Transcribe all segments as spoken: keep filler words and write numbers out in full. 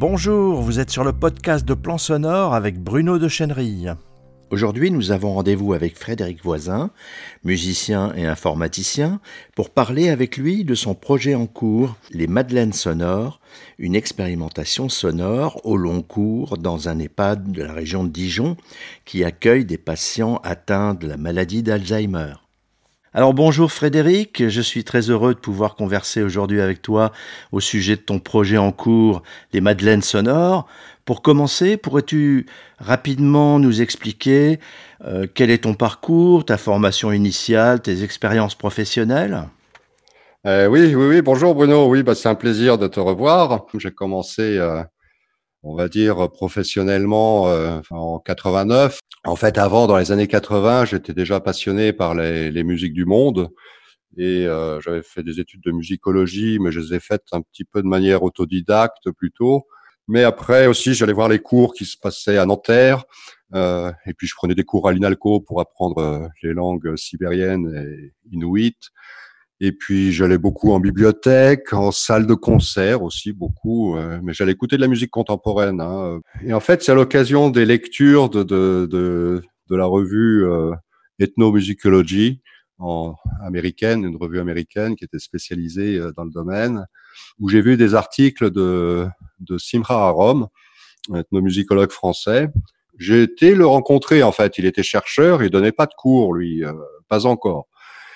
Bonjour, vous êtes sur le podcast de Plan Sonore avec Bruno de Chenerille. Aujourd'hui, nous avons rendez-vous avec Frédéric Voisin, musicien et informaticien, pour parler avec lui de son projet en cours, les Madeleines sonores, une expérimentation sonore au long cours dans un EHPAD de la région de Dijon qui accueille des patients atteints de la maladie d'Alzheimer. Alors bonjour Frédéric, je suis très heureux de pouvoir converser aujourd'hui avec toi au sujet de ton projet en cours, les Madeleines sonores. Pour commencer, pourrais-tu rapidement nous expliquer euh, quel est ton parcours, ta formation initiale, tes expériences professionnelles ? Euh, oui, oui, oui. Bonjour Bruno. Oui, bah c'est un plaisir de te revoir. J'ai commencé, euh, on va dire professionnellement euh, en quatre-vingt-neuf. En fait, avant, dans les années quatre-vingts, j'étais déjà passionné par les, les musiques du monde et euh, j'avais fait des études de musicologie, mais je les ai faites un petit peu de manière autodidacte plutôt. Mais après aussi, j'allais voir les cours qui se passaient à Nanterre. Euh, et puis, je prenais des cours à l'INALCO pour apprendre euh, les langues sibériennes et inuites. Et puis, j'allais beaucoup en bibliothèque, en salle de concert aussi, beaucoup. Euh, mais j'allais écouter de la musique contemporaine. Hein. Et en fait, c'est à l'occasion des lectures de, de, de, de la revue euh, Ethnomusicology en américaine, une revue américaine qui était spécialisée euh, dans le domaine, où j'ai vu des articles de, de Simcha Arom, un ethnomusicologue français. J'ai été le rencontrer, en fait. Il était chercheur, il donnait pas de cours, lui, euh, pas encore.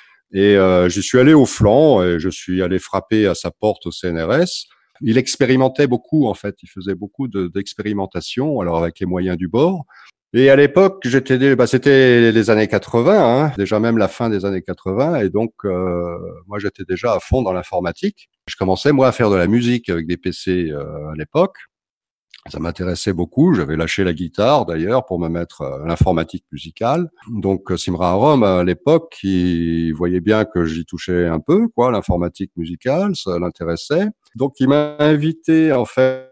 Et euh, je suis allé au flanc et je suis allé frapper à sa porte au C N R S. Il expérimentait beaucoup, en fait. Il faisait beaucoup de, d'expérimentation, alors avec les moyens du bord. Et à l'époque, j'étais, bah, c'était les années quatre-vingts, hein, déjà même la fin des années quatre-vingts. Et donc, euh, moi, j'étais déjà à fond dans l'informatique. Je commençais, moi, à faire de la musique avec des P C euh, à l'époque. Ça m'intéressait beaucoup. J'avais lâché la guitare d'ailleurs pour me mettre à l'informatique musicale. Donc Simra Arom à l'époque, il voyait bien que j'y touchais un peu, quoi, l'informatique musicale, ça l'intéressait. Donc il m'a invité en fait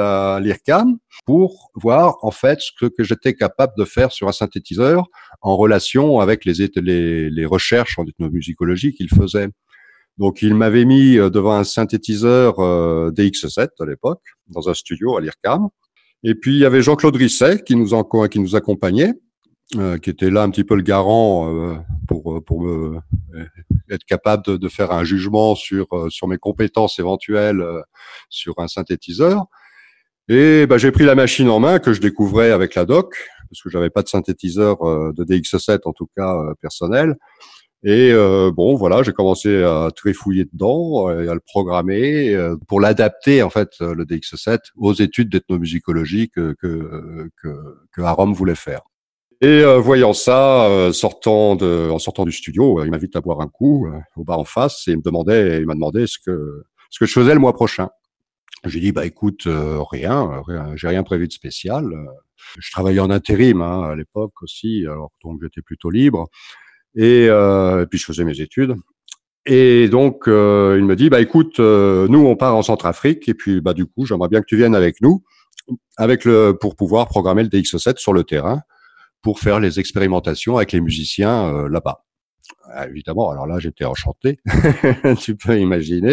à l'I R C A M pour voir en fait ce que, que j'étais capable de faire sur un synthétiseur en relation avec les, les, les recherches en ethnomusicologie qu'il faisait. Donc, il m'avait mis devant un synthétiseur euh, D X sept à l'époque, dans un studio à l'I R C A M. Et puis, il y avait Jean-Claude Risset qui nous, en, qui nous accompagnait, euh, qui était là un petit peu le garant euh, pour, pour me, être capable de, de faire un jugement sur, sur mes compétences éventuelles euh, sur un synthétiseur. Et ben, j'ai pris la machine en main que je découvrais avec la doc, parce que j'avais pas de synthétiseur euh, de D X sept, en tout cas euh, personnel. Et euh, bon, voilà, j'ai commencé à trifouiller dedans et à le programmer euh, pour l'adapter en fait le D X sept aux études d'ethnomusicologie que que que, que Arom voulait faire. Et euh, voyant ça, euh, sortant de, en sortant du studio, euh, il m'invite à boire un coup euh, au bar en face et il me demandait, il m'a demandé ce que ce que je faisais le mois prochain. J'ai dit bah écoute euh, rien, rien, j'ai rien prévu de spécial. Je travaillais en intérim hein, à l'époque aussi, alors donc j'étais plutôt libre. Et, euh, et puis je faisais mes études. Et donc euh, il me dit bah écoute, euh, nous on part en Centrafrique et puis bah du coup j'aimerais bien que tu viennes avec nous, avec le pour pouvoir programmer le D X sept sur le terrain pour faire les expérimentations avec les musiciens euh, là-bas. Ah, évidemment, alors là j'étais enchanté, tu peux imaginer.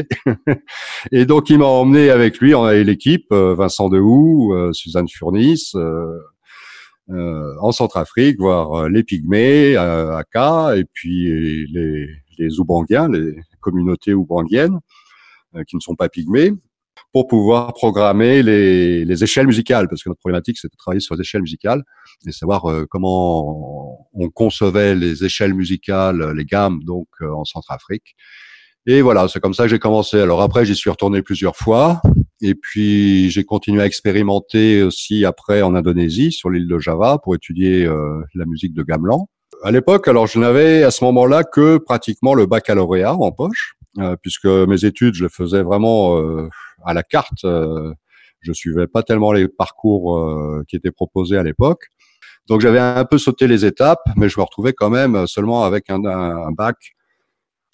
Et donc il m'a emmené avec lui, on avait l'équipe, euh, Vincent Dehoux, euh, Suzanne Furnis. Euh, Euh, en Centrafrique, voir euh, les Pygmées, euh, Aka, et puis les, les Oubanguiens, les communautés oubanguiennes, euh, qui ne sont pas Pygmées, pour pouvoir programmer les, les échelles musicales, parce que notre problématique, c'est de travailler sur les échelles musicales et savoir euh, comment on concevait les échelles musicales, les gammes, donc euh, en Centrafrique. Et voilà, c'est comme ça que j'ai commencé. Alors après, j'y suis retourné plusieurs fois. Et puis, j'ai continué à expérimenter aussi après en Indonésie, sur l'île de Java, pour étudier euh, la musique de gamelan. À l'époque, alors je n'avais à ce moment-là que pratiquement le baccalauréat en poche, euh, puisque mes études, je les faisais vraiment euh, à la carte. Euh, je suivais pas tellement les parcours euh, qui étaient proposés à l'époque. Donc, j'avais un peu sauté les étapes, mais je me retrouvais quand même seulement avec un, un bac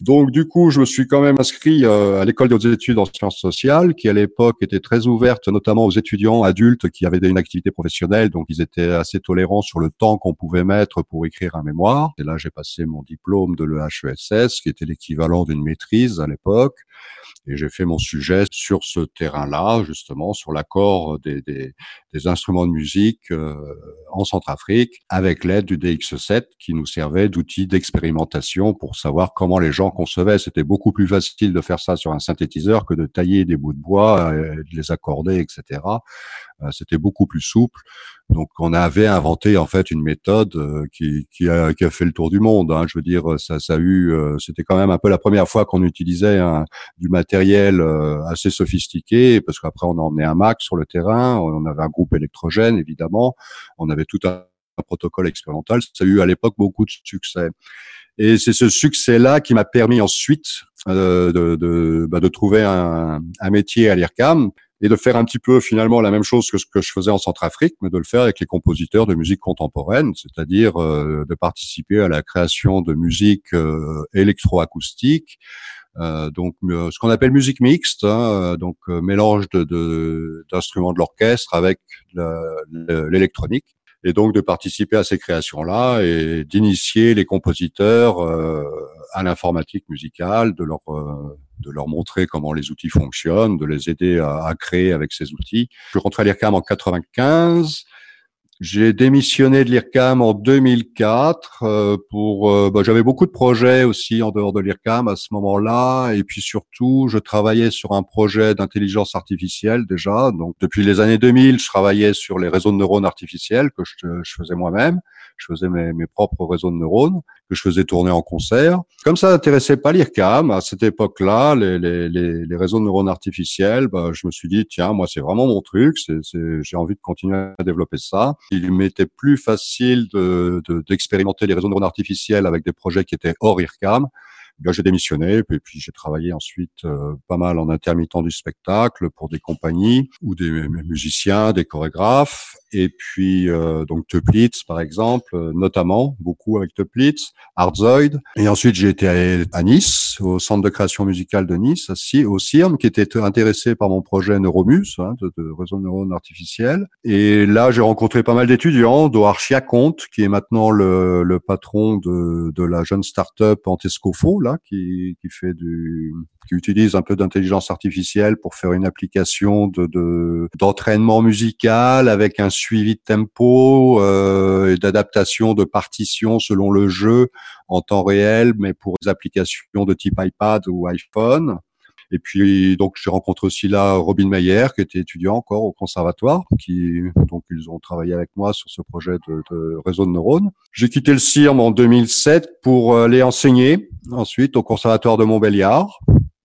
Donc du coup, je me suis quand même inscrit euh, à l'école des études en sciences sociales, qui à l'époque était très ouverte, notamment aux étudiants adultes qui avaient une activité professionnelle, donc ils étaient assez tolérants sur le temps qu'on pouvait mettre pour écrire un mémoire. Et là, j'ai passé mon diplôme de l'E H E S S, qui était l'équivalent d'une maîtrise à l'époque. Et j'ai fait mon sujet sur ce terrain-là, justement, sur l'accord des, des, des instruments de musique euh, en Centrafrique, avec l'aide du D X sept, qui nous servait d'outil d'expérimentation pour savoir comment les gens concevaient. C'était beaucoup plus facile de faire ça sur un synthétiseur que de tailler des bouts de bois, et de les accorder, et cetera. Euh, c'était beaucoup plus souple. Donc, on avait inventé en fait une méthode euh, qui, qui, a, qui a fait le tour du monde. Hein. Je veux dire, ça, ça a eu, euh, c'était quand même un peu la première fois qu'on utilisait un, du matériel euh, assez sophistiqué, parce qu'après on a emmené un Mac sur le terrain, on avait un groupe électrogène évidemment, on avait tout un, un protocole expérimental. Ça a eu à l'époque beaucoup de succès. Et c'est ce succès-là qui m'a permis ensuite euh, de, de, bah, de trouver un, un métier à l'I R C A M et de faire un petit peu finalement la même chose que ce que je faisais en Centrafrique, mais de le faire avec les compositeurs de musique contemporaine, c'est-à-dire euh, de participer à la création de musique euh, électroacoustique, euh, donc euh, ce qu'on appelle musique mixte, hein, donc euh, mélange de, de, d'instruments de l'orchestre avec la, l'électronique. Et donc de participer à ces créations-là et d'initier les compositeurs euh, à l'informatique musicale, de leur euh, de leur montrer comment les outils fonctionnent, de les aider à, à créer avec ces outils. Je suis rentré à l'I R C A M en quatre-vingt-quinze. J'ai démissionné de l'I R C A M en deux mille quatre euh, pour. Euh, bah, j'avais beaucoup de projets aussi en dehors de l'I R C A M à ce moment-là, et puis surtout, je travaillais sur un projet d'intelligence artificielle déjà. Donc, depuis les années deux mille, je travaillais sur les réseaux de neurones artificiels que je, je faisais moi-même. Je faisais mes, mes propres réseaux de neurones que je faisais tourner en concert. Comme ça n'intéressait pas l'I R C A M à cette époque-là, les, les, les, les réseaux de neurones artificiels, bah, je me suis dit tiens, moi c'est vraiment mon truc, c'est, c'est, j'ai envie de continuer à développer ça. Il m'était plus facile de, de, d'expérimenter les réseaux de neurones artificiels avec des projets qui étaient hors I R C A M. Là, j'ai démissionné, et puis, puis j'ai travaillé ensuite euh, pas mal en intermittent du spectacle pour des compagnies ou des musiciens, des chorégraphes. Et puis euh, donc Teplitz par exemple, euh, notamment beaucoup avec Teplitz, Artzoid. Et ensuite j'ai été à, à Nice, au centre de création musicale de Nice, aussi au C I R M, qui était intéressé par mon projet Neuromus, hein, de, de réseau de neurones artificiels. Et là j'ai rencontré pas mal d'étudiants, dont Archia Comte, qui est maintenant le, le patron de, de la jeune start-up Antescofo, là, qui, qui fait du qui utilise un peu d'intelligence artificielle pour faire une application de, de d'entraînement musical avec un suivi de tempo euh, et d'adaptation de partitions selon le jeu en temps réel, mais pour des applications de type iPad ou iPhone. Et puis donc j'ai rencontré aussi là Robin Meyer, qui était étudiant encore au conservatoire, qui donc ils ont travaillé avec moi sur ce projet de, de réseau de neurones. J'ai quitté le C I R M en deux mille sept pour aller enseigner ensuite au conservatoire de Montbéliard,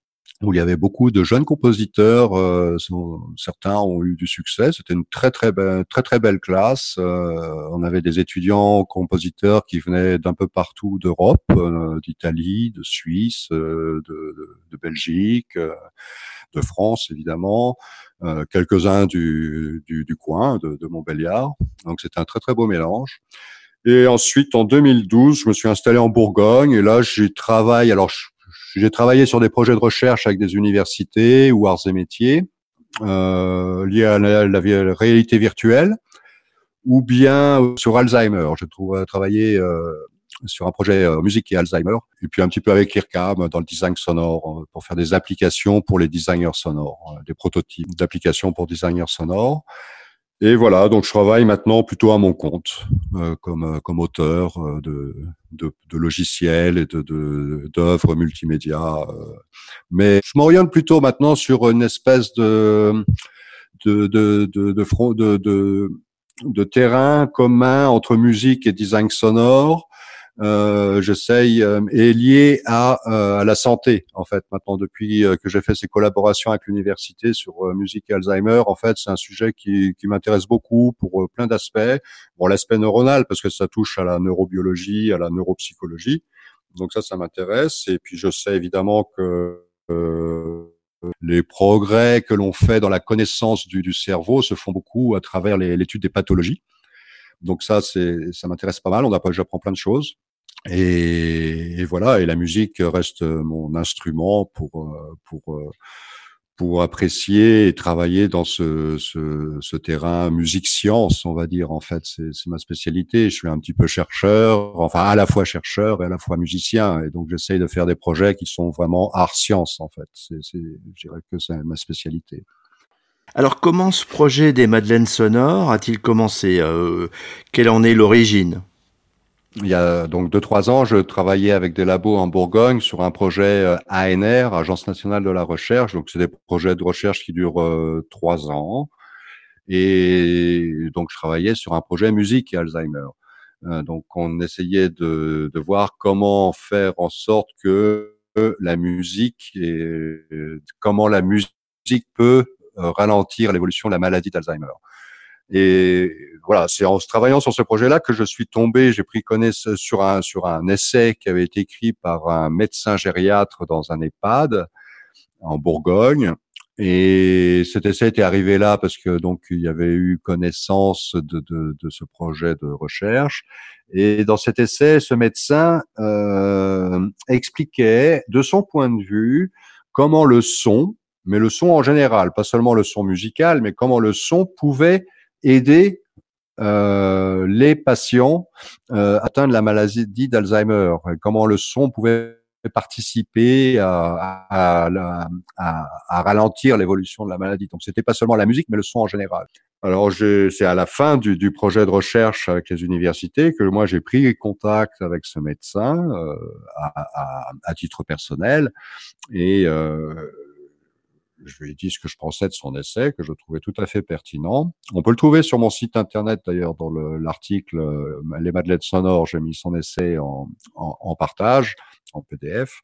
où il y avait beaucoup de jeunes compositeurs. Euh, certains ont eu du succès. C'était une très très belle, très très belle classe. Euh, on avait des étudiants compositeurs qui venaient d'un peu partout d'Europe, euh, d'Italie, de Suisse, euh, de, de, de Belgique, euh, de France évidemment, euh, quelques-uns du, du, du coin de, de Montbéliard. Donc c'était un très très beau mélange. Et ensuite, en deux mille douze, je me suis installé en Bourgogne et là, j'y travaille. Alors, je, j'ai travaillé sur des projets de recherche avec des universités ou arts et métiers euh, liés à la, la, la réalité virtuelle, ou bien sur Alzheimer. J'ai trouvé, travaillé euh, sur un projet euh, musique et Alzheimer, et puis un petit peu avec l'I R C A M dans le design sonore, pour faire des applications pour les designers sonores, des prototypes d'applications pour designers sonores. Et voilà, donc je travaille maintenant plutôt à mon compte euh, comme euh, comme auteur euh, de, de de logiciels et de de d'œuvres multimédia. Euh. Mais je m'oriente plutôt maintenant sur une espèce de de de de de front de de, de terrain commun entre musique et design sonore. Euh, j'essaye euh, est lié à, euh, à la santé en fait. Maintenant, depuis euh, que j'ai fait ces collaborations avec l'université sur euh, musique et Alzheimer, en fait, c'est un sujet qui, qui m'intéresse beaucoup pour euh, plein d'aspects. Bon, l'aspect neuronal parce que ça touche à la neurobiologie, à la neuropsychologie. Donc ça, ça m'intéresse. Et puis je sais évidemment que euh, les progrès que l'on fait dans la connaissance du, du cerveau se font beaucoup à travers les, l'étude des pathologies. Donc ça, c'est, ça m'intéresse pas mal. On apprend, j'apprends plein de choses. Et, et voilà, et la musique reste mon instrument pour pour pour apprécier et travailler dans ce ce, ce terrain musique-science, on va dire. En fait, c'est c'est ma spécialité. Je suis un petit peu chercheur, enfin à la fois chercheur et à la fois musicien, et donc j'essaye de faire des projets qui sont vraiment art-science. En fait, c'est c'est je dirais que c'est ma spécialité. Alors comment ce projet des Madeleines sonores a-t-il commencé? euh, Quelle en est l'origine? Il y a donc deux, trois ans, je travaillais avec des labos en Bourgogne sur un projet euh, A N R, Agence nationale de la recherche. Donc, c'est des projets de recherche qui durent euh, trois ans. Et donc, je travaillais sur un projet musique et Alzheimer. Euh, donc, on essayait de, de voir comment faire en sorte que la musique et euh, comment la musique peut euh, ralentir l'évolution de la maladie d'Alzheimer. Et voilà, c'est en travaillant sur ce projet-là que je suis tombé, j'ai pris connaissance sur un sur un essai qui avait été écrit par un médecin gériatre dans un EHPAD en Bourgogne. Et cet essai était arrivé là parce que donc il y avait eu connaissance de de, de ce projet de recherche. Et dans cet essai, ce médecin euh, expliquait de son point de vue comment le son, mais le son en général, pas seulement le son musical, mais comment le son pouvait aider euh, les patients euh, atteints de la maladie d'Alzheimer, comment le son pouvait participer à, à, à, à, à ralentir l'évolution de la maladie. Donc, c'était pas seulement la musique, mais le son en général. Alors, c'est à la fin du, du projet de recherche avec les universités que moi, j'ai pris contact avec ce médecin euh, à, à, à titre personnel et euh, je lui ai dit ce que je pensais de son essai, que je trouvais tout à fait pertinent. On peut le trouver sur mon site internet d'ailleurs, dans l'article euh, Les Madeleines sonores, j'ai mis son essai en, en, en partage, en P D F.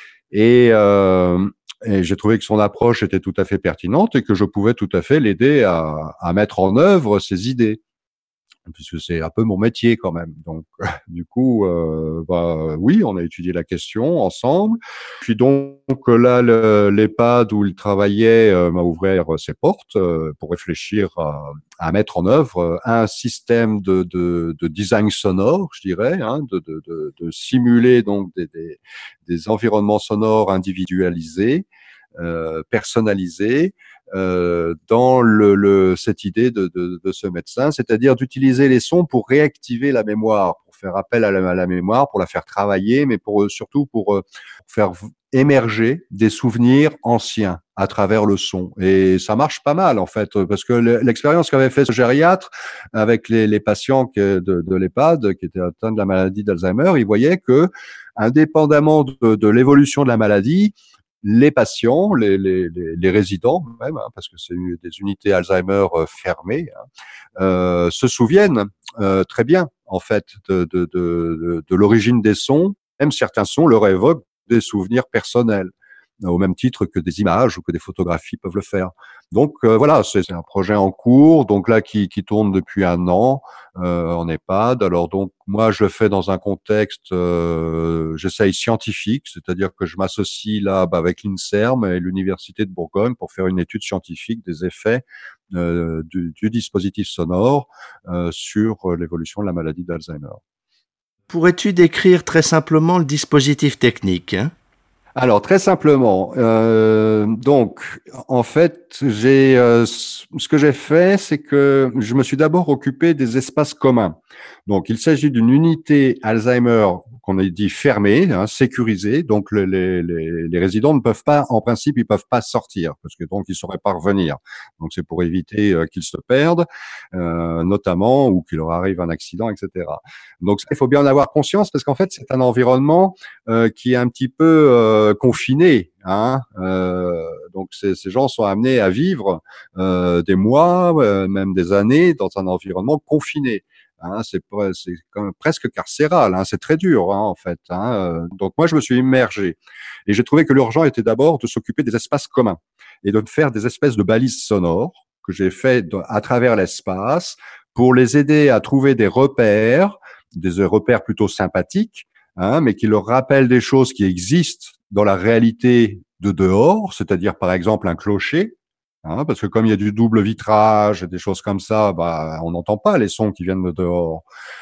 Et, euh, et j'ai trouvé que son approche était tout à fait pertinente et que je pouvais tout à fait l'aider à, à mettre en œuvre ses idées, puisque c'est un peu mon métier quand même. Donc, du coup, euh, bah, oui, on a étudié la question ensemble. Puis donc là, l'EHPAD où il travaillait euh, m'a ouvert ses portes euh, pour réfléchir à, à mettre en œuvre un système de, de, de design sonore, je dirais, hein, de, de, de, de simuler donc des, des, des environnements sonores individualisés, euh, personnalisés, Euh, dans le, le, cette idée de, de, de ce médecin, c'est-à-dire d'utiliser les sons pour réactiver la mémoire, pour faire appel à la, à la mémoire, pour la faire travailler, mais pour surtout pour, pour faire émerger des souvenirs anciens à travers le son. Et ça marche pas mal en fait, parce que l'expérience qu'avait fait ce gériatre avec les, les patients de, de l'EHPAD qui étaient atteints de la maladie d'Alzheimer, il voyait que, indépendamment de, de l'évolution de la maladie, les patients, les, les, les, les résidents même, hein, parce que c'est des unités Alzheimer euh, fermées, hein, euh, se souviennent euh, très bien en fait de, de, de, de l'origine des sons. Même certains sons leur évoquent des souvenirs personnels, au même titre que des images ou que des photographies peuvent le faire. Donc euh, voilà, c'est un projet en cours, donc là qui, qui tourne depuis un an euh, en EHPAD. Alors donc moi je le fais dans un contexte, euh, j'essaye scientifique, c'est-à-dire que je m'associe là bah, avec l'INSERM et l'Université de Bourgogne pour faire une étude scientifique des effets euh, du, du dispositif sonore euh, sur l'évolution de la maladie d'Alzheimer. Pourrais-tu décrire très simplement le dispositif technique, hein? Alors très simplement, euh, donc en fait, j'ai euh, ce que j'ai fait, c'est que je me suis d'abord occupé des espaces communs. Donc il s'agit d'une unité Alzheimer qu'on a dit fermée, hein, sécurisée. Donc le, les, les, les résidents ne peuvent pas, en principe, ils peuvent pas sortir parce que donc ils sauraient pas revenir. Donc c'est pour éviter euh, qu'ils se perdent, euh, notamment ou qu'il leur arrive un accident, et cetera. Donc il faut bien en avoir conscience parce qu'en fait c'est un environnement euh, qui est un petit peu euh, confinés, hein. Euh, donc ces, ces gens sont amenés à vivre euh, des mois, euh, même des années, dans un environnement confiné. Hein, c'est c'est quand même presque carcéral. Hein, c'est très dur, hein, en fait. Hein. Donc moi, je me suis immergé et j'ai trouvé que l'urgent était d'abord de s'occuper des espaces communs et de faire des espèces de balises sonores que j'ai fait à travers l'espace pour les aider à trouver des repères, des repères plutôt sympathiques. Hein, mais qui leur rappelle des choses qui existent dans la réalité de dehors, c'est-à-dire par exemple un clocher, hein, parce que comme il y a du double vitrage et des choses comme ça, bah, on n'entend pas les sons qui viennent de dehors.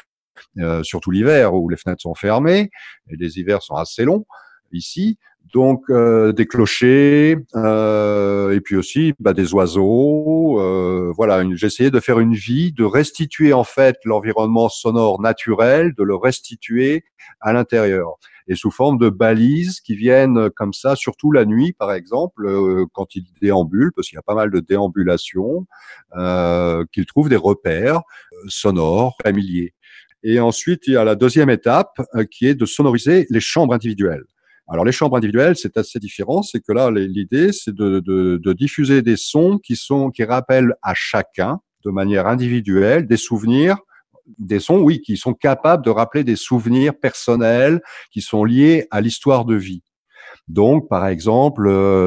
euh, surtout l'hiver où les fenêtres sont fermées et les hivers sont assez longs ici. Donc euh, des clochers euh, et puis aussi bah, des oiseaux. Euh, voilà, une, j'ai essayé de faire une vie, de restituer en fait l'environnement sonore naturel, de le restituer à l'intérieur et sous forme de balises qui viennent comme ça, surtout la nuit par exemple, euh, quand ils déambulent, parce qu'il y a pas mal de déambulations, euh, qu'ils trouvent des repères euh, sonores familiers. Et ensuite, il y a la deuxième étape euh, qui est de sonoriser les chambres individuelles. Alors les chambres individuelles, c'est assez différent. C'est que là, l'idée, c'est de, de, de diffuser des sons qui sont qui rappellent à chacun, de manière individuelle, des souvenirs, des sons, oui, qui sont capables de rappeler des souvenirs personnels qui sont liés à l'histoire de vie. Donc, par exemple,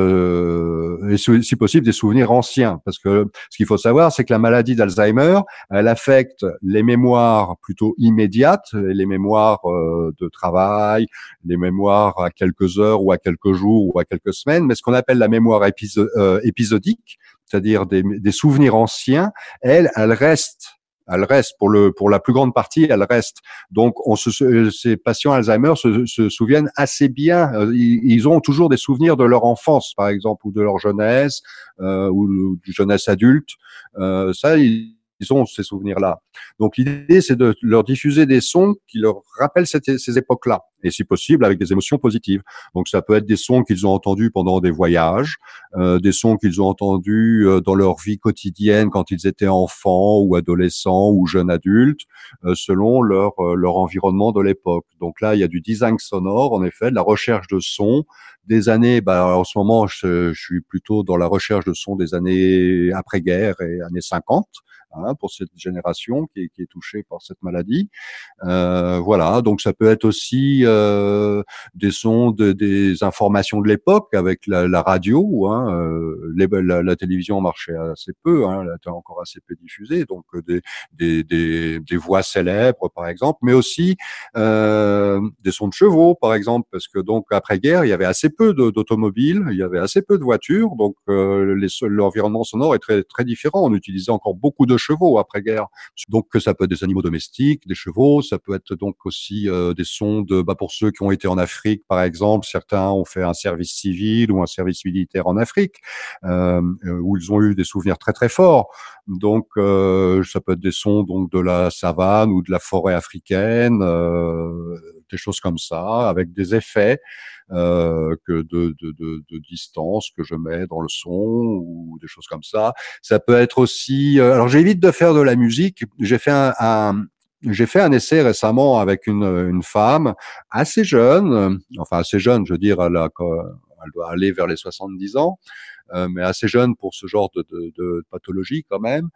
euh, et si possible, des souvenirs anciens. Parce que ce qu'il faut savoir, c'est que la maladie d'Alzheimer, elle affecte les mémoires plutôt immédiates, les mémoires euh, de travail, les mémoires à quelques heures ou à quelques jours ou à quelques semaines. Mais ce qu'on appelle la mémoire épiso euh, épisodique, c'est-à-dire des, des souvenirs anciens, elle, elle reste. Elle reste pour le pour la plus grande partie, elle reste. Donc, on se, ces patients Alzheimer se, se souviennent assez bien. Ils, ils ont toujours des souvenirs de leur enfance, par exemple, ou de leur jeunesse, euh, ou du jeunesse adulte. Euh, ça, ils, ils ont ces souvenirs-là. Donc, l'idée, c'est de leur diffuser des sons qui leur rappellent cette, ces époques-là, et si possible avec des émotions positives. Donc, ça peut être des sons qu'ils ont entendus pendant des voyages, euh, des sons qu'ils ont entendus euh, dans leur vie quotidienne quand ils étaient enfants ou adolescents ou jeunes adultes, euh, selon leur euh, leur environnement de l'époque. Donc là, il y a du design sonore, en effet, de la recherche de sons. Des années, bah, en ce moment, je, je suis plutôt dans la recherche de sons des années après-guerre et années cinquante. Hein, pour cette génération qui est, qui est touchée par cette maladie. Euh, voilà, donc ça peut être aussi euh, des sons, de, des informations de l'époque avec la, la radio. Hein, euh, les, la, la télévision marchait assez peu, hein, elle était encore assez peu diffusée, donc des, des, des, des voix célèbres par exemple, mais aussi euh, des sons de chevaux par exemple, parce que donc après-guerre il y avait assez peu d'automobiles, il y avait assez peu de voitures, donc euh, l'environnement sonore est très très différent. On utilisait encore beaucoup de chevaux après-guerre. Donc ça peut être des animaux domestiques, des chevaux, ça peut être donc aussi euh, des sons de, bah, pour ceux qui ont été en Afrique par exemple, certains ont fait un service civil ou un service militaire en Afrique, euh, où ils ont eu des souvenirs très très forts. Donc euh, ça peut être des sons donc de la savane ou de la forêt africaine, euh, des choses comme ça, avec des effets euh, que de, de, de, de distance que je mets dans le son ou des choses comme ça. Ça peut être aussi. Euh, alors j'évite de faire de la musique. J'ai fait un, un j'ai fait un essai récemment avec une, une femme assez jeune, enfin assez jeune, je veux dire, elle, a, elle doit aller vers les soixante-dix ans, euh, mais assez jeune pour ce genre de, de, de pathologie quand même.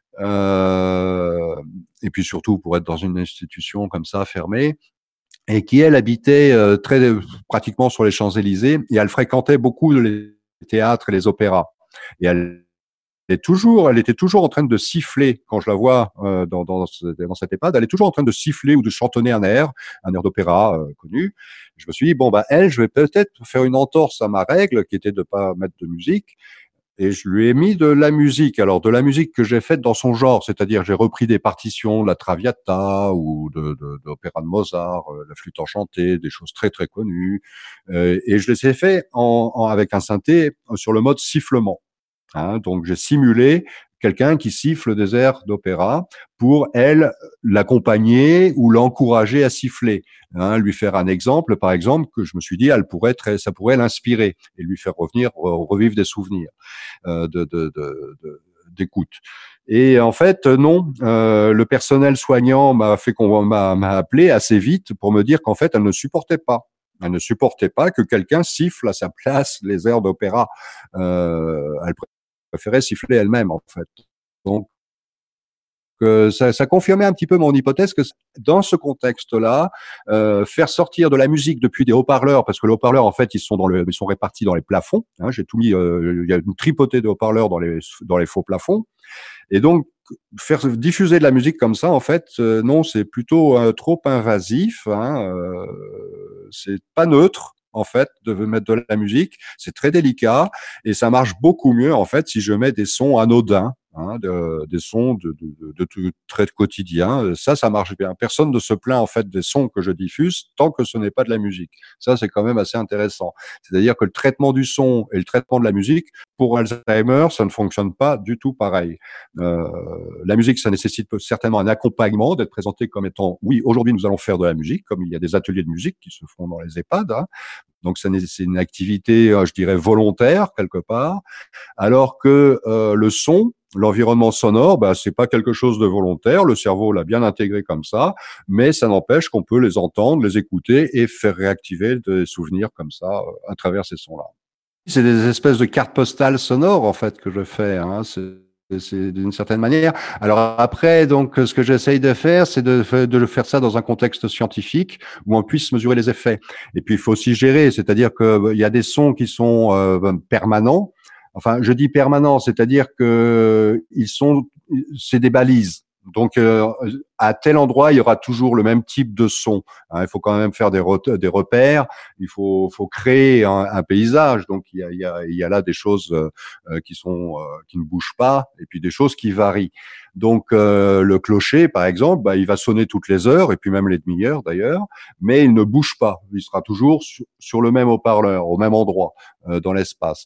Euh, et puis surtout pour être dans une institution comme ça fermée. Et qui, elle, habitait euh, très pratiquement sur les Champs-Élysées, et elle fréquentait beaucoup les théâtres et les opéras. Et elle est toujours, elle était toujours en train de siffler quand je la vois euh, dans, dans, dans cette EHPAD. Elle est toujours en train de siffler ou de chantonner un air, un air d'opéra euh, connu. Je me suis dit bon bah elle, je vais peut-être faire une entorse à ma règle qui était de pas mettre de musique. Et je lui ai mis de la musique. Alors, de la musique que j'ai faite dans son genre, c'est-à-dire j'ai repris des partitions de la Traviata ou de, de, de l'opéra de Mozart, euh, la flûte enchantée, des choses très, très connues. Euh, et je les ai fait en, en, avec un synthé sur le mode sifflement. Hein, donc, j'ai simulé quelqu'un qui siffle des airs d'opéra pour, elle, l'accompagner ou l'encourager à siffler. Hein, lui faire un exemple, par exemple, que je me suis dit, elle pourrait très, ça pourrait l'inspirer et lui faire revenir, revivre des souvenirs euh, de, de, de, de, d'écoute. Et en fait, non, euh, le personnel soignant m'a fait qu'on m'a, m'a appelé assez vite pour me dire qu'en fait, elle ne supportait pas. Elle ne supportait pas que quelqu'un siffle à sa place les airs d'opéra. Euh, elle préférait siffler elle-même, en fait. Donc, que ça, ça confirmait un petit peu mon hypothèse que dans ce contexte-là, euh, faire sortir de la musique depuis des haut-parleurs, parce que les haut-parleurs en fait ils sont dans le, ils sont répartis dans les plafonds. Hein, j'ai tout mis, euh, il y a une tripotée de haut-parleurs dans les dans les faux plafonds, et donc faire diffuser de la musique comme ça en fait, euh, non, c'est plutôt euh, trop invasif. Hein, euh, c'est pas neutre. En fait, de mettre de la musique, c'est très délicat et ça marche beaucoup mieux en fait si je mets des sons anodins. hein, de, des sons de, de, de, de tout trait quotidien. Ça, ça marche bien. Personne ne se plaint en fait des sons que je diffuse tant que ce n'est pas de la musique. Ça, c'est quand même assez intéressant. C'est-à-dire que le traitement du son et le traitement de la musique, pour Alzheimer, ça ne fonctionne pas du tout pareil. Euh, la musique, ça nécessite certainement un accompagnement, d'être présenté comme étant, oui, aujourd'hui nous allons faire de la musique, comme il y a des ateliers de musique qui se font dans les EHPAD, hein. Donc c'est une activité, je dirais, volontaire quelque part, alors que euh, le son, l'environnement sonore, bah, c'est pas quelque chose de volontaire. Le cerveau l'a bien intégré comme ça, mais ça n'empêche qu'on peut les entendre, les écouter et faire réactiver des souvenirs comme ça euh, à travers ces sons-là. C'est des espèces de cartes postales sonores en fait que je fais. Hein. C'est c'est d'une certaine manière. Alors après, donc, ce que j'essaye de faire, c'est de, de faire ça dans un contexte scientifique où on puisse mesurer les effets. Et puis, il faut aussi gérer, c'est-à-dire qu'il y a des sons qui sont euh, permanents. Enfin, je dis permanents, c'est-à-dire que ils sont, c'est des balises. Donc, euh, à tel endroit, il y aura toujours le même type de son. Hein, il faut quand même faire des, re- des repères. Il faut, faut créer un, un paysage. Donc, il y a, il y a, il y a là des choses euh, qui sont, euh, qui ne bougent pas, et puis des choses qui varient. Donc, euh, le clocher, par exemple, bah, il va sonner toutes les heures, et puis même les demi-heures d'ailleurs, mais il ne bouge pas. Il sera toujours sur, sur le même haut-parleur, au même endroit euh, dans l'espace.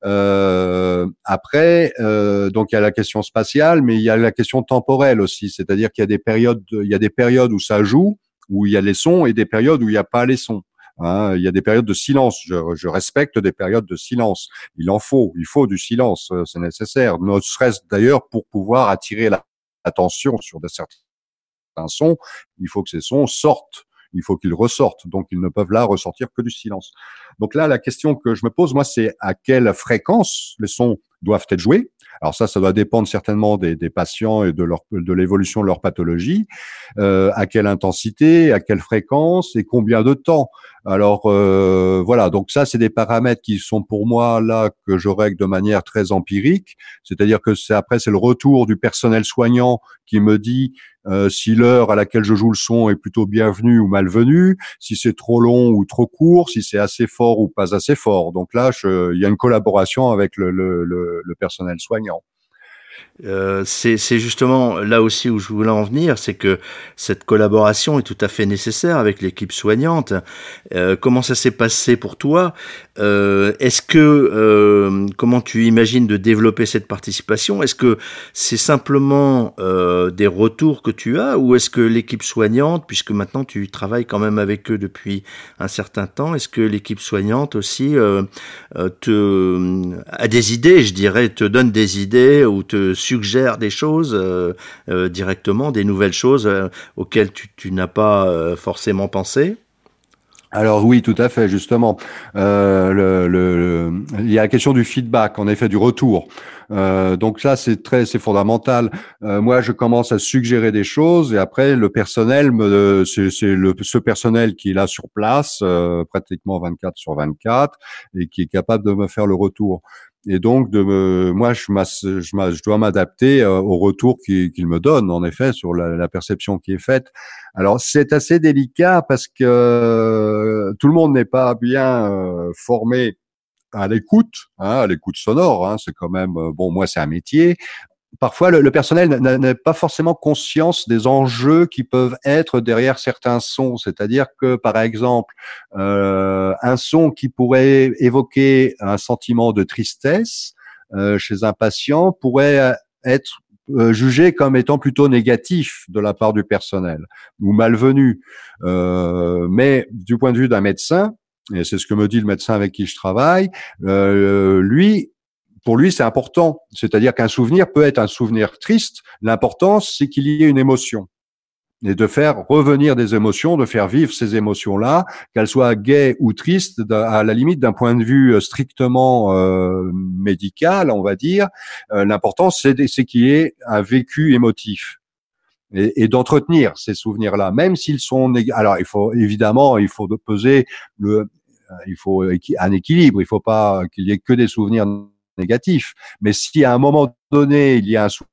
Euh, après, euh, donc il y a la question spatiale, mais il y a la question temporelle aussi. C'est-à-dire qu'il y a des périodes, il y a des périodes où ça joue, où il y a les sons, et des périodes où il n'y a pas les sons. Hein, il y a des périodes de silence. Je, je respecte des périodes de silence. Il en faut. Il faut du silence. C'est nécessaire. Ne serait-ce d'ailleurs pour pouvoir attirer l'attention sur de certains sons. Il faut que ces sons sortent. Il faut qu'ils ressortent. Donc, ils ne peuvent là ressortir que du silence. Donc là, la question que je me pose, moi, c'est à quelle fréquence les sons doivent être joués. Alors ça, ça doit dépendre certainement des, des patients et de leur de l'évolution de leur pathologie. Euh, à quelle intensité, à quelle fréquence et combien de temps. Alors euh, voilà, donc ça, c'est des paramètres qui sont pour moi là que je règle de manière très empirique. C'est-à-dire que c'est après c'est le retour du personnel soignant qui me dit euh, si l'heure à laquelle je joue le son est plutôt bienvenue ou malvenue, si c'est trop long ou trop court, si c'est assez fort ou pas assez fort. Donc là, je, il y a une collaboration avec le, le, le, le personnel soignant. Euh, c'est, c'est justement là aussi où je voulais en venir, c'est que cette collaboration est tout à fait nécessaire avec l'équipe soignante. Euh, comment ça s'est passé pour toi? euh, Est-ce que euh, comment tu imagines de développer cette participation? Est-ce que c'est simplement euh, des retours que tu as, ou est-ce que l'équipe soignante, puisque maintenant tu travailles quand même avec eux depuis un certain temps, est-ce que l'équipe soignante aussi euh, te a des idées, je dirais, te donne des idées ou te suggère des choses euh, euh, directement, des nouvelles choses euh, auxquelles tu, tu n'as pas euh, forcément pensé? Alors oui, tout à fait, justement. Euh, le, le, le, il y a la question du feedback, en effet, du retour. Euh, donc là, c'est très, c'est fondamental. Euh, moi, je commence à suggérer des choses et après, le personnel, me, c'est, c'est le, ce personnel qui est là sur place, euh, pratiquement vingt-quatre sur vingt-quatre, et qui est capable de me faire le retour. Et donc, de me, moi, je, je, je dois m'adapter euh, au retour qu'il, qu'il me donne, en effet, sur la, la perception qui est faite. Alors, c'est assez délicat parce que euh, tout le monde n'est pas bien euh, formé à l'écoute, hein, à l'écoute sonore. Hein, c'est quand même, euh, bon, moi, c'est un métier. Parfois, le, le personnel n'a, n'a pas forcément conscience des enjeux qui peuvent être derrière certains sons. C'est-à-dire que, par exemple, euh, un son qui pourrait évoquer un sentiment de tristesse euh, chez un patient pourrait être euh, jugé comme étant plutôt négatif de la part du personnel ou malvenu. Euh, mais du point de vue d'un médecin, et c'est ce que me dit le médecin avec qui je travaille, euh, lui, pour lui, c'est important. C'est-à-dire qu'un souvenir peut être un souvenir triste. L'important, c'est qu'il y ait une émotion. Et de faire revenir des émotions, de faire vivre ces émotions-là, qu'elles soient gaies ou tristes, à la limite d'un point de vue strictement euh, médical, on va dire. Euh, l'important, c'est, c'est qu'il y ait un vécu émotif. Et, et d'entretenir ces souvenirs-là, même s'ils sont négatifs. Alors, il faut évidemment, il faut peser le, il faut un équilibre. Il faut pas qu'il y ait que des souvenirs négatif. Mais si à un moment donné, il y a un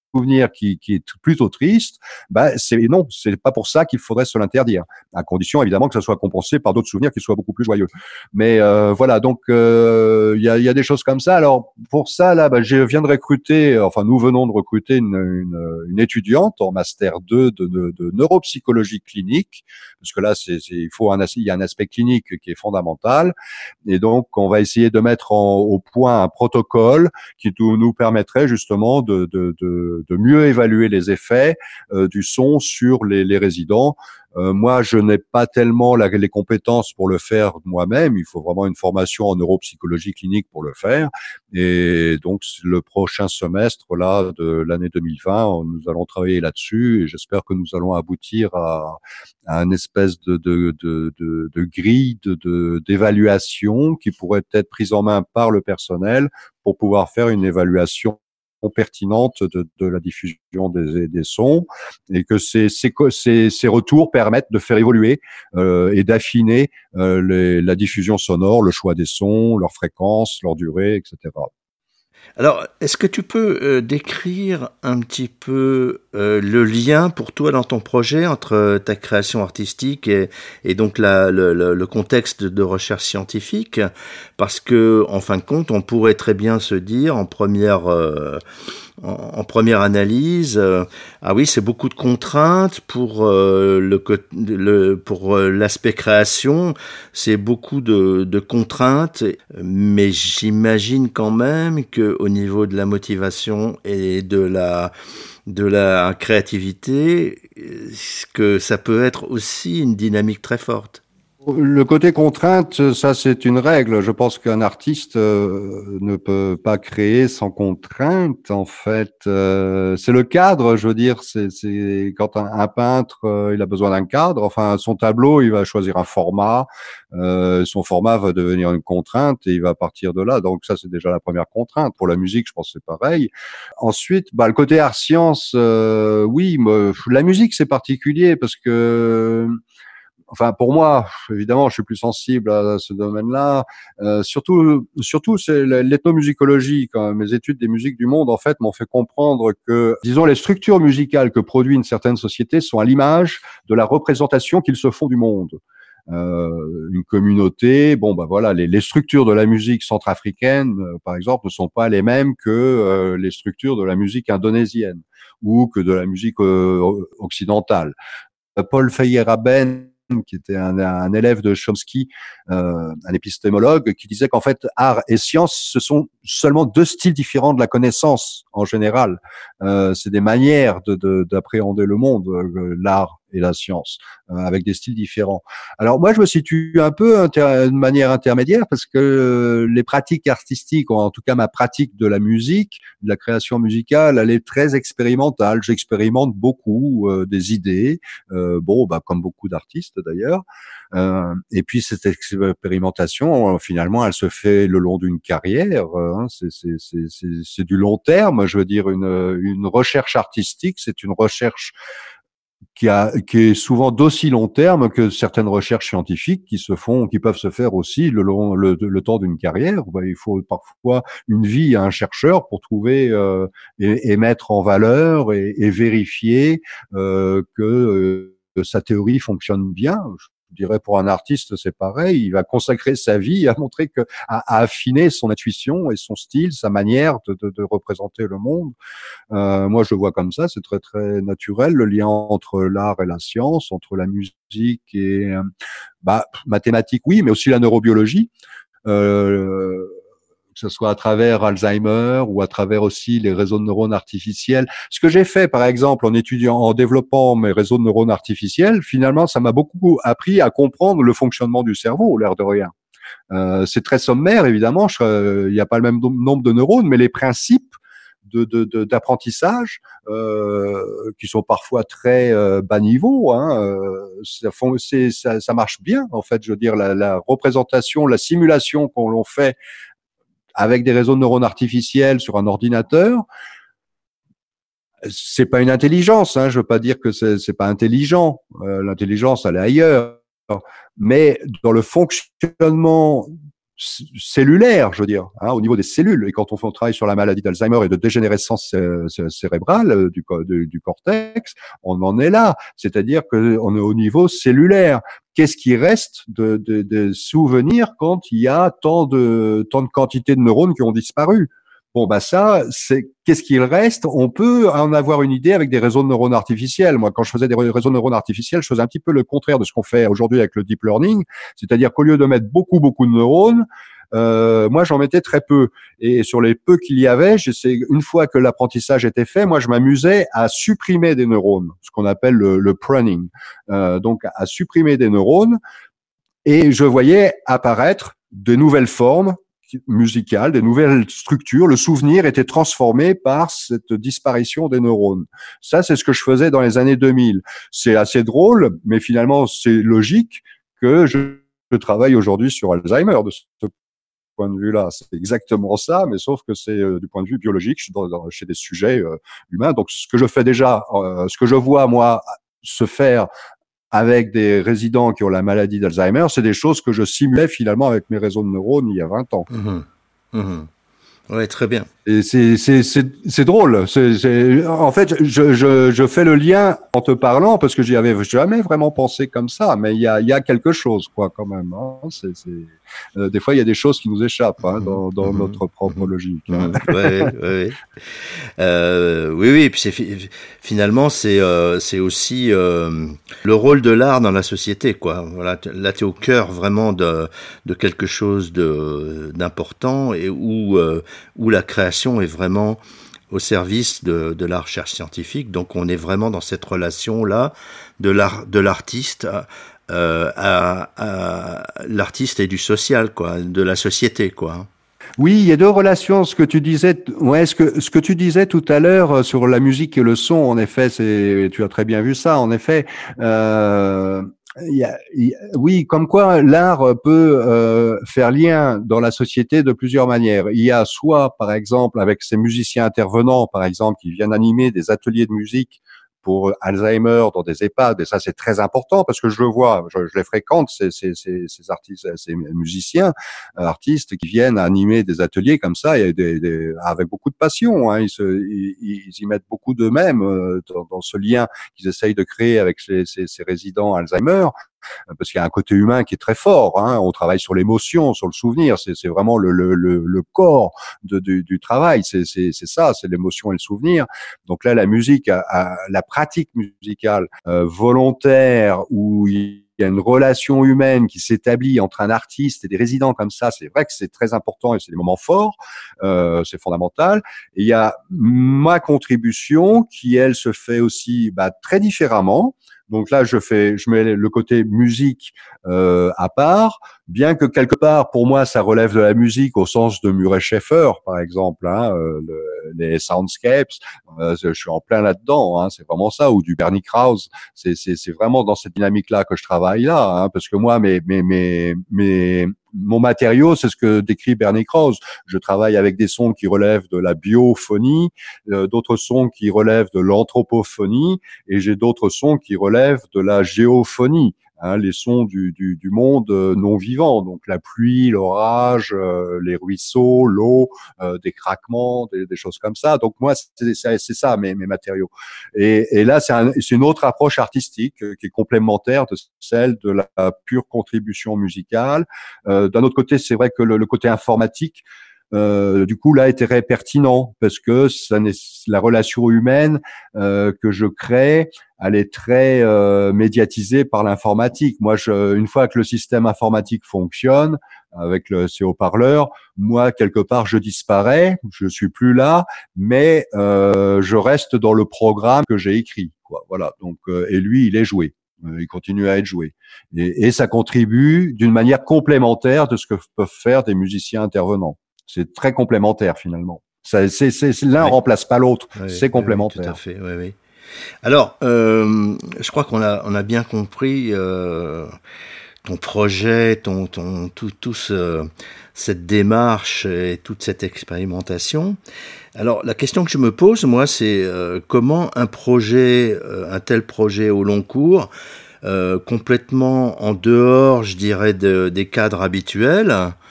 souvenir qui, qui est plutôt triste, bah c'est non, c'est pas pour ça qu'il faudrait se l'interdire, à condition évidemment que ça soit compensé par d'autres souvenirs qui soient beaucoup plus joyeux. Mais euh, voilà, donc il euh, y, a, y a des choses comme ça. Alors pour ça là, bah, je viens de recruter, enfin nous venons de recruter une, une, une étudiante en master deux de, de, de neuropsychologie clinique, parce que là c'est, c'est il faut un il y a un aspect clinique qui est fondamental, et donc on va essayer de mettre en, au point un protocole qui tout, nous permettrait justement de, de, de de mieux évaluer les effets euh, du son sur les, les résidents. Euh, moi, je n'ai pas tellement la, les compétences pour le faire moi-même. Il faut vraiment une formation en neuropsychologie clinique pour le faire. Et donc, le prochain semestre là de l'année deux mille vingt, nous allons travailler là-dessus. Et j'espère que nous allons aboutir à, à une espèce de, de, de, de, de grille de, de, d'évaluation qui pourrait être prise en main par le personnel pour pouvoir faire une évaluation pertinente de, de la diffusion des, des sons, et que ces, ces, ces, ces retours permettent de faire évoluer euh, et d'affiner euh, les, la diffusion sonore, le choix des sons, leur fréquence, leur durée, et cetera. Alors, est-ce que tu peux euh, décrire un petit peu euh, le lien pour toi dans ton projet entre ta création artistique et, et donc la, le, le, le contexte de recherche scientifique? Parce que, en fin de compte, on pourrait très bien se dire en première euh, en, en première analyse, euh, ah oui, c'est beaucoup de contraintes pour euh, le, le pour euh, l'aspect création, c'est beaucoup de, de contraintes, mais j'imagine quand même que au niveau de la motivation et de la de la créativité, que ça peut être aussi une dynamique très forte. Le côté contrainte, ça c'est une règle. Je pense qu'un artiste euh, ne peut pas créer sans contrainte. En fait, euh, c'est le cadre. Je veux dire, c'est, c'est quand un, un peintre, euh, il a besoin d'un cadre. Enfin, son tableau, il va choisir un format. Euh, son format va devenir une contrainte et il va partir de là. Donc ça, c'est déjà la première contrainte. Pour la musique, je pense que c'est pareil. Ensuite, bah, le côté art science, euh, oui, mais, la musique c'est particulier parce que Enfin, pour moi, évidemment, je suis plus sensible à ce domaine-là. Euh, surtout, surtout, c'est l'ethnomusicologie. Quand mes études des musiques du monde, en fait, m'ont fait comprendre que, disons, les structures musicales que produit une certaine société sont à l'image de la représentation qu'ils se font du monde. Euh, une communauté, bon, bah voilà, les, les structures de la musique centrafricaine, euh, par exemple, ne sont pas les mêmes que euh, les structures de la musique indonésienne ou que de la musique euh, occidentale. Paul Feyerabend, qui était un, un élève de Chomsky, euh, un épistémologue, qui disait qu'en fait, art et science, ce sont seulement deux styles différents de la connaissance en général. Euh, c'est des manières de, de, d'appréhender le monde, euh, l'art et la science, euh, avec des styles différents. Alors moi, je me situe un peu inter- de manière intermédiaire parce que euh, les pratiques artistiques, ou en tout cas ma pratique de la musique, de la création musicale, elle est très expérimentale. J'expérimente beaucoup euh, des idées, euh, bon, bah comme beaucoup d'artistes d'ailleurs. Euh, et puis cette expérimentation, finalement, elle se fait le long d'une carrière. Hein, c'est, c'est, c'est, c'est, c'est du long terme. Je veux dire, une, une recherche artistique, c'est une recherche qui, a, qui est souvent d'aussi long terme que certaines recherches scientifiques qui se font, qui peuvent se faire aussi le long, le, le temps d'une carrière. Il faut parfois une vie à un chercheur pour trouver euh, et, et mettre en valeur et, et vérifier euh, que euh, sa théorie fonctionne bien. Je dirais pour un artiste, c'est pareil. Il va consacrer sa vie à montrer que, à, à affiner son intuition et son style, sa manière de, de, de représenter le monde. Euh, moi, je le vois comme ça. C'est très très naturel le lien entre l'art et la science, entre la musique et bah mathématiques, oui, mais aussi la neurobiologie. Euh, que ce soit à travers Alzheimer ou à travers aussi les réseaux de neurones artificiels. Ce que j'ai fait, par exemple, en étudiant, en développant mes réseaux de neurones artificiels, finalement, ça m'a beaucoup appris à comprendre le fonctionnement du cerveau, l'air de rien. Euh, c'est très sommaire, évidemment. Il n'y a pas le même nombre de neurones, mais les principes de, de, de, d'apprentissage, euh, qui sont parfois très euh, bas niveau, hein, euh, ça, font, c'est, ça, ça marche bien, en fait. Je veux dire, la, la représentation, la simulation qu'on l'on fait avec des réseaux de neurones artificiels sur un ordinateur, c'est pas une intelligence. Hein, je veux pas dire que c'est, c'est pas intelligent. Euh, l'intelligence, elle est ailleurs. Mais dans le fonctionnement cellulaire, je veux dire, hein, au niveau des cellules. Et quand on fait un travail sur la maladie d'Alzheimer et de dégénérescence cérébrale du, du, du cortex, on en est là. C'est-à-dire qu'on est au niveau cellulaire. Qu'est-ce qui reste de, de, de souvenirs quand il y a tant de, tant de quantités de neurones qui ont disparu? Bon, bah ça, c'est qu'est-ce qu'il reste? On peut en avoir une idée avec des réseaux de neurones artificiels. Moi, quand je faisais des réseaux de neurones artificiels, je faisais un petit peu le contraire de ce qu'on fait aujourd'hui avec le deep learning, c'est-à-dire qu'au lieu de mettre beaucoup beaucoup de neurones, euh, moi j'en mettais très peu. Et sur les peu qu'il y avait, j'essaie, une fois que l'apprentissage était fait, moi je m'amusais à supprimer des neurones, ce qu'on appelle le, le pruning. Euh, donc à supprimer des neurones, et je voyais apparaître de nouvelles formes musicales, des nouvelles structures. Le souvenir était transformé par cette disparition des neurones. Ça, c'est ce que je faisais dans les années deux mille. C'est assez drôle, mais finalement, c'est logique que je, je travaille aujourd'hui sur Alzheimer de ce point de vue-là. C'est exactement ça, mais sauf que c'est euh, du point de vue biologique, je suis dans, dans, chez des sujets euh, humains. Donc, ce que je fais déjà, euh, ce que je vois, moi, se faire avec des résidents qui ont la maladie d'Alzheimer, c'est des choses que je simulais finalement avec mes réseaux de neurones il y a vingt ans. Mmh. Mmh. Ouais, très bien. Et c'est c'est c'est c'est drôle. C'est c'est en fait je je je fais le lien en te parlant parce que j'y avais jamais vraiment pensé comme ça, mais il y a il y a quelque chose quoi quand même. Hein. C'est c'est euh, des fois il y a des choses qui nous échappent hein, dans dans mmh. notre propre mmh. logique. Hein. Mmh. Ouais, ouais. Euh, oui oui. Et puis c'est finalement c'est euh, c'est aussi euh, le rôle de l'art dans la société quoi. Voilà, là t'es au cœur vraiment de de quelque chose de d'important et où euh, où la création est vraiment au service de, de la recherche scientifique. Donc on est vraiment dans cette relation-là de l'art, de l'artiste euh, à, à l'artiste et du social, quoi, de la société, quoi. Oui, il y a deux relations. Ce que tu disais, ouais, ce que ce que tu disais tout à l'heure sur la musique et le son, en effet, c'est, tu as très bien vu ça. En effet, euh, il y a, il y a, oui, comme quoi l'art peut euh, faire lien dans la société de plusieurs manières. Il y a soit, par exemple, avec ces musiciens intervenants, par exemple, qui viennent animer des ateliers de musique pour Alzheimer dans des EHPAD, et ça c'est très important parce que je le vois, je, je les fréquente, ces, ces, ces, ces artistes, ces musiciens, artistes qui viennent animer des ateliers comme ça, et des, des, avec beaucoup de passion. Hein, ils, se, ils, ils y mettent beaucoup d'eux-mêmes euh, dans, dans ce lien qu'ils essayent de créer avec ces, ces, ces résidents Alzheimer. Parce qu'il y a un côté humain qui est très fort. Hein. On travaille sur l'émotion, sur le souvenir. C'est, c'est vraiment le, le, le, le corps de, du, du travail. C'est, c'est, c'est ça, c'est l'émotion et le souvenir. Donc là, la musique, a, a, la pratique musicale euh, volontaire où il y a une relation humaine qui s'établit entre un artiste et des résidents comme ça, c'est vrai que c'est très important et c'est des moments forts, euh, c'est fondamental. Et il y a ma contribution qui, elle, se fait aussi bah, très différemment. Donc là, je fais, je mets le côté musique euh, à part, bien que quelque part, pour moi, ça relève de la musique au sens de Murray Schaeffer, par exemple, hein, euh, le, les soundscapes. Euh, je suis en plein là-dedans, hein, c'est vraiment ça, ou du Bernie Krause. C'est, c'est, c'est vraiment dans cette dynamique-là que je travaille là, hein, parce que moi, mes, mes, mes, mes mon matériau, c'est ce que décrit Bernie Krause. Je travaille avec des sons qui relèvent de la biophonie, euh, d'autres sons qui relèvent de l'anthropophonie, et j'ai d'autres sons qui relèvent de la géophonie. Hein, les sons du, du, du monde non vivant, donc la pluie, l'orage, euh, les ruisseaux, l'eau, euh, des craquements, des, des choses comme ça. Donc moi, c'est, c'est, c'est ça mes, mes matériaux. Et, et là, c'est, un, c'est une autre approche artistique euh, qui est complémentaire de celle de la pure contribution musicale. Euh, d'un autre côté, c'est vrai que le, le côté informatique, Euh, du coup, là, était très pertinent parce que ça n'est, la relation humaine euh, que je crée, elle est très euh, médiatisée par l'informatique. Moi, je, une fois que le système informatique fonctionne avec le, ces haut-parleurs, moi, quelque part, je disparais, je suis plus là, mais euh, je reste dans le programme que j'ai écrit. Quoi. Voilà. Donc, euh, et lui, il est joué. Il continue à être joué. Et, et ça contribue d'une manière complémentaire de ce que peuvent faire des musiciens intervenants. C'est très complémentaire finalement. Ça, c'est, c'est, c'est, l'un oui. remplace pas l'autre. Oui, c'est complémentaire. Oui, tout à fait. Oui, oui. Alors, euh, je crois qu'on a, on a bien compris euh, ton projet, ton, ton, tout, tout ce, cette démarche et toute cette expérimentation. Alors, la question que je me pose, moi, c'est euh, comment un projet, euh, un tel projet au long cours, euh, complètement en dehors, je dirais, de, des cadres habituels.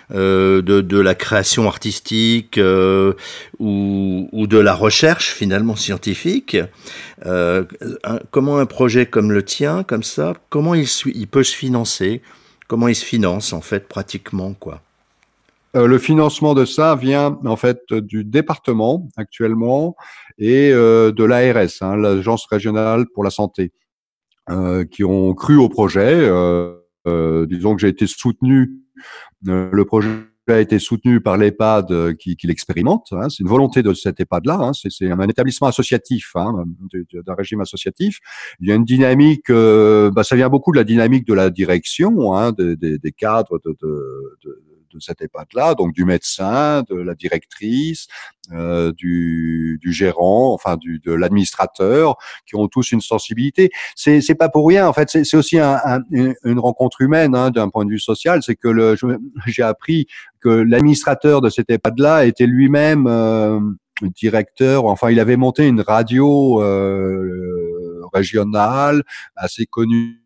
euh, de, de la création artistique euh, ou, ou de la recherche finalement scientifique. Euh, un, comment un projet comme le tien, comme ça, comment il, il peut se financer? Comment il se finance en fait pratiquement quoi? Euh, le financement de ça vient en fait du département actuellement et euh, de l'A R S, hein, l'Agence régionale pour la santé, euh, qui ont cru au projet. Euh, euh, disons que j'ai été soutenu, euh, le projet a été soutenu par l'EHPAD qui, qui l'expérimente. Hein, c'est une volonté de cet EHPAD-là. Hein, c'est, c'est un établissement associatif, hein, d'un régime associatif. Il y a une dynamique. Euh, bah, ça vient beaucoup de la dynamique de la direction, hein, des, des, des cadres de, de, de de cette EHPAD-là, donc du médecin, de la directrice, euh, du, du gérant, enfin du, de l'administrateur, qui ont tous une sensibilité. C'est, c'est pas pour rien, en fait. C'est, c'est aussi un, un, une rencontre humaine, hein, d'un point de vue social. C'est que le, j'ai appris que l'administrateur de cette EHPAD-là était lui-même euh, directeur. Enfin, il avait monté une radio euh, régionale assez connue.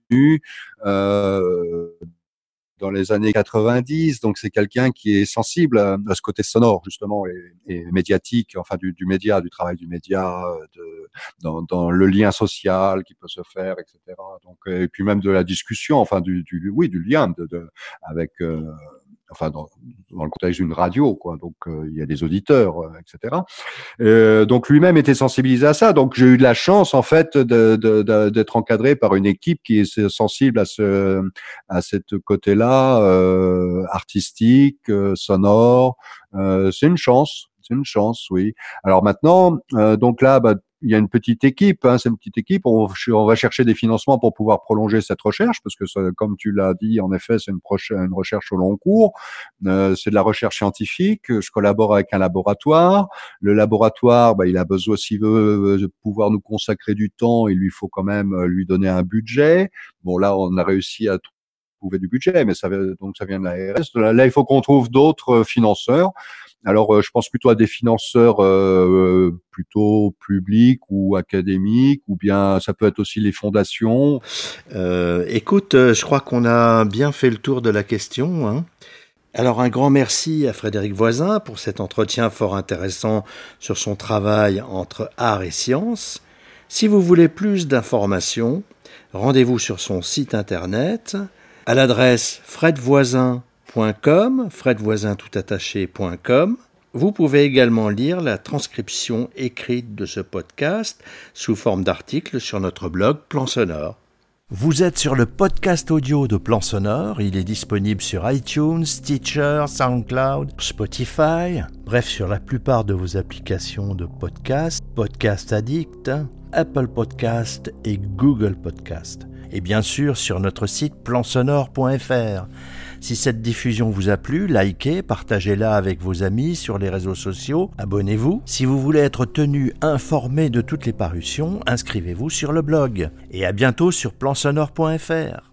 Euh, dans les années quatre-vingt-dix, donc c'est quelqu'un qui est sensible à, à ce côté sonore justement et, et médiatique, enfin du, du média, du travail du média, de, dans, dans le lien social qui peut se faire, et cetera. Donc et puis même de la discussion, enfin du, du oui du lien de, de avec euh, enfin dans, dans le contexte d'une radio, quoi. Donc euh, il y a des auditeurs, euh, et cetera. Euh, donc lui-même était sensibilisé à ça. Donc j'ai eu de la chance en fait de, de, de, d'être encadré par une équipe qui est sensible à ce à cette côté-là euh, artistique, euh, sonore. Euh, c'est une chance, c'est une chance, oui. Alors maintenant, euh, donc là, bah, il y a une petite équipe, hein, c'est une petite équipe. On, on va chercher des financements pour pouvoir prolonger cette recherche, parce que ça, comme tu l'as dit, en effet, c'est une, prochaine, une recherche au long cours. Euh, c'est de la recherche scientifique. Je collabore avec un laboratoire. Le laboratoire, bah, il a besoin, s'il veut de pouvoir nous consacrer du temps, il lui faut quand même lui donner un budget. Bon, là, on a réussi à trouver du budget, mais ça, donc ça vient de l'A R S. Là, là, il faut qu'on trouve d'autres financeurs. Alors, euh, je pense plutôt à des financeurs euh, plutôt publics ou académiques, ou bien ça peut être aussi les fondations. Euh, écoute, je crois qu'on a bien fait le tour de la question, hein. Alors un grand merci à Frédéric Voisin pour cet entretien fort intéressant sur son travail entre art et science. Si vous voulez plus d'informations, rendez-vous sur son site internet à l'adresse fred voisin point com, fredvoisin tout attaché point com. Vous pouvez également lire la transcription écrite de ce podcast sous forme d'article sur notre blog Plan Sonore. Vous êtes sur le podcast audio de Plan Sonore. Il est disponible sur iTunes, Stitcher, SoundCloud, Spotify, bref sur la plupart de vos applications de podcast, Podcast Addict, Apple Podcast et Google Podcast. Et bien sûr sur notre site plan sonore point f r. Si cette diffusion vous a plu, likez, partagez-la avec vos amis sur les réseaux sociaux, abonnez-vous. Si vous voulez être tenu informé de toutes les parutions, inscrivez-vous sur le blog. Et à bientôt sur plan sonore point f r.